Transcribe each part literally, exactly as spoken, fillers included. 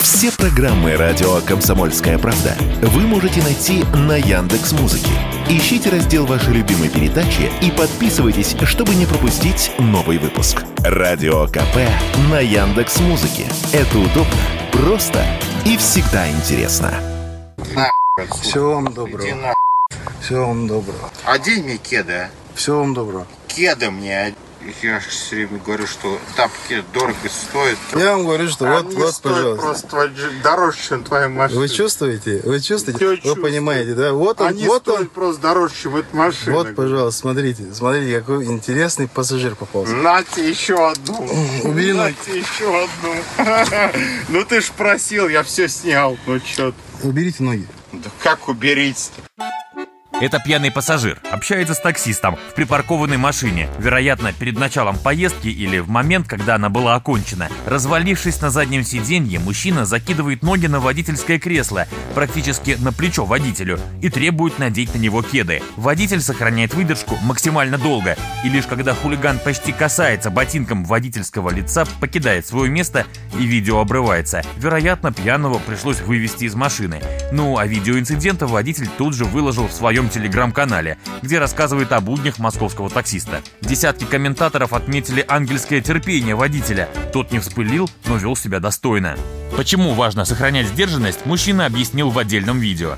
Все программы радио «Комсомольская правда» вы можете найти на Яндекс.Музыке. Ищите раздел вашей любимой передачи и подписывайтесь, чтобы не пропустить новый выпуск. Радио КП на Яндекс.Музыке. Это удобно, просто и всегда интересно. Всего вам доброго. Иди на... Всего вам доброго. Одень мне кеды, а? Всего вам доброго. Кеды мне. Я же все время говорю, что тапки дорого стоят. Я вам говорю, что а вот, вот, пожалуйста. Просто дороже, чем твоя машина. Вы чувствуете? Вы чувствуете? Я Вы чувствую. понимаете, да? Вот он, Они вот стоят он. просто дороже, чем эта машина. Вот, пожалуйста, смотрите. Смотрите, какой интересный пассажир попался. Нате еще одну. Убери ноги. Нате еще одну. Ну ты ж просил, я все снял. Ну что ты? Уберите ноги. Да как уберите-то? Это пьяный пассажир. Общается с таксистом в припаркованной машине. Вероятно, перед началом поездки или в момент, когда она была окончена. Развалившись на заднем сиденье, мужчина закидывает ноги на водительское кресло, практически на плечо водителю, и требует надеть на него кеды. Водитель сохраняет выдержку максимально долго, и лишь когда хулиган почти касается ботинком водительского лица, покидает свое место, и видео обрывается. Вероятно, пьяного пришлось вывести из машины. Ну, а видео инцидента водитель тут же выложил в своем телеграм-канале, где рассказывает о буднях московского таксиста. Десятки комментаторов отметили ангельское терпение водителя. Тот не вспылил, но вел себя достойно. Почему важно сохранять сдержанность, мужчина объяснил в отдельном видео.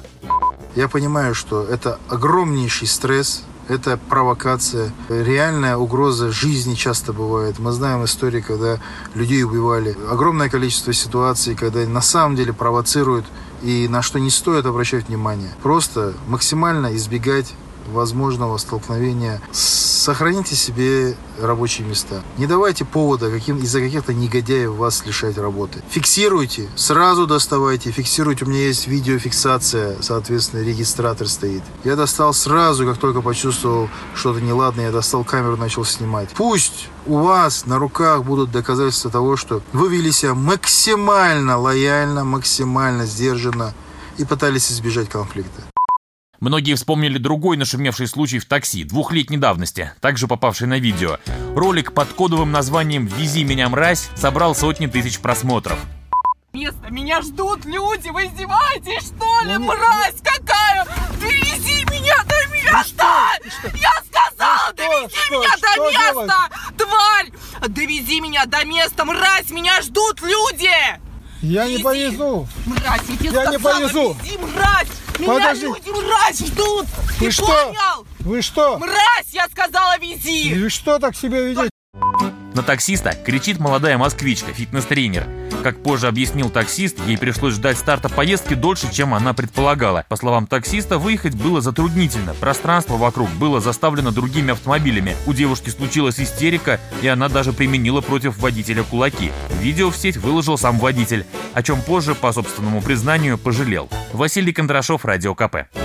Я понимаю, что это огромнейший стресс, это провокация, реальная угроза жизни часто бывает. Мы знаем истории, когда людей убивали. Огромное количество ситуаций, когда на самом деле провоцируют и на что не стоит обращать внимание. Просто максимально избегать возможного столкновения. Сохраните себе рабочие места. Не давайте повода каким, из-за каких-то негодяев вас лишать работы. Фиксируйте, сразу доставайте, фиксируйте. У меня есть видеофиксация, соответственно, регистратор стоит. Я достал сразу, как только почувствовал что-то неладное, я достал камеру, начал снимать. Пусть у вас на руках будут доказательства того, что вы вели себя максимально лояльно, максимально сдержанно и пытались избежать конфликта. Многие вспомнили другой нашумевший случай в такси двухлетней давности, также попавший на видео. Ролик под кодовым названием «Вези меня, мразь» собрал сотни тысяч просмотров. Место, меня ждут люди, вы издеваетесь, что ли, мразь какая? Довези меня до места! Я сказала, довези меня до места! Тварь! Довези меня до места, мразь, меня ждут люди! Я не повезу. Мразь, я тебе Я не сказала, повезу. вези, мразь! Меня Подожди. люди, мразь, ждут! Вы Ты что? понял? Вы что? Мразь, я сказала, вези! Вы что так себя ведете? На таксиста кричит молодая москвичка, фитнес-тренер. Как позже объяснил таксист, ей пришлось ждать старта поездки дольше, чем она предполагала. По словам таксиста, выехать было затруднительно. Пространство вокруг было заставлено другими автомобилями. У девушки случилась истерика, и она даже применила против водителя кулаки. Видео в сеть выложил сам водитель, о чем позже, по собственному признанию, пожалел. Василий Кондрашов, Радио КП.